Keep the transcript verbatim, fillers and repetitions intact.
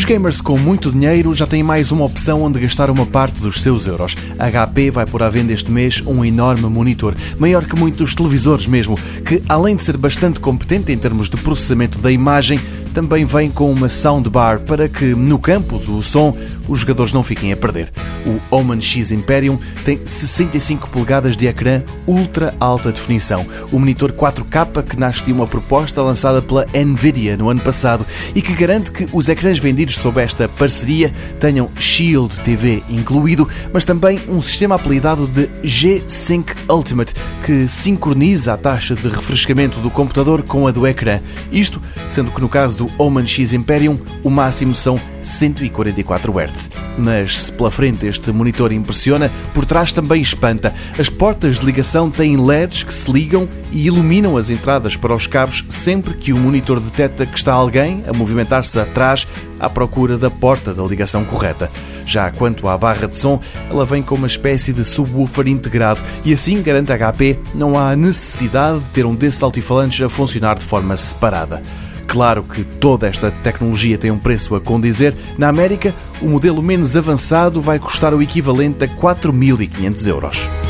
gamers com muito dinheiro já têm mais uma opção onde gastar uma parte dos seus euros. A H P vai pôr à venda este mês um enorme monitor, maior que muitos televisores mesmo, que além de ser bastante competente em termos de processamento da imagem, também vem com uma soundbar para que, no campo do som, os jogadores não fiquem a perder. O Omen X Imperium tem sessenta e cinco polegadas de ecrã ultra alta definição. O monitor quatro K que nasce de uma proposta lançada pela Nvidia no ano passado e que garante que os ecrãs vendidos sob esta parceria tenham Shield T V incluído, mas também um sistema apelidado de G-Sync Ultimate, que sincroniza a taxa de refrescamento do computador com a do ecrã. Isto sendo que no caso do Omen X Imperium, o máximo são cento e quarenta e quatro hertz. Mas se pela frente este monitor impressiona, por trás também espanta. As portas de ligação têm L E Ds que se ligam e iluminam as entradas para os cabos sempre que o monitor detecta que está alguém a movimentar-se atrás à procura da porta da ligação correta. Já quanto à barra de som, ela vem com uma espécie de subwoofer integrado e assim, garante a H P, não há necessidade de ter um desses altifalantes a funcionar de forma separada. Claro que toda esta tecnologia tem um preço a condizer. Na América, o modelo menos avançado vai custar o equivalente a quatro mil e quinhentos euros.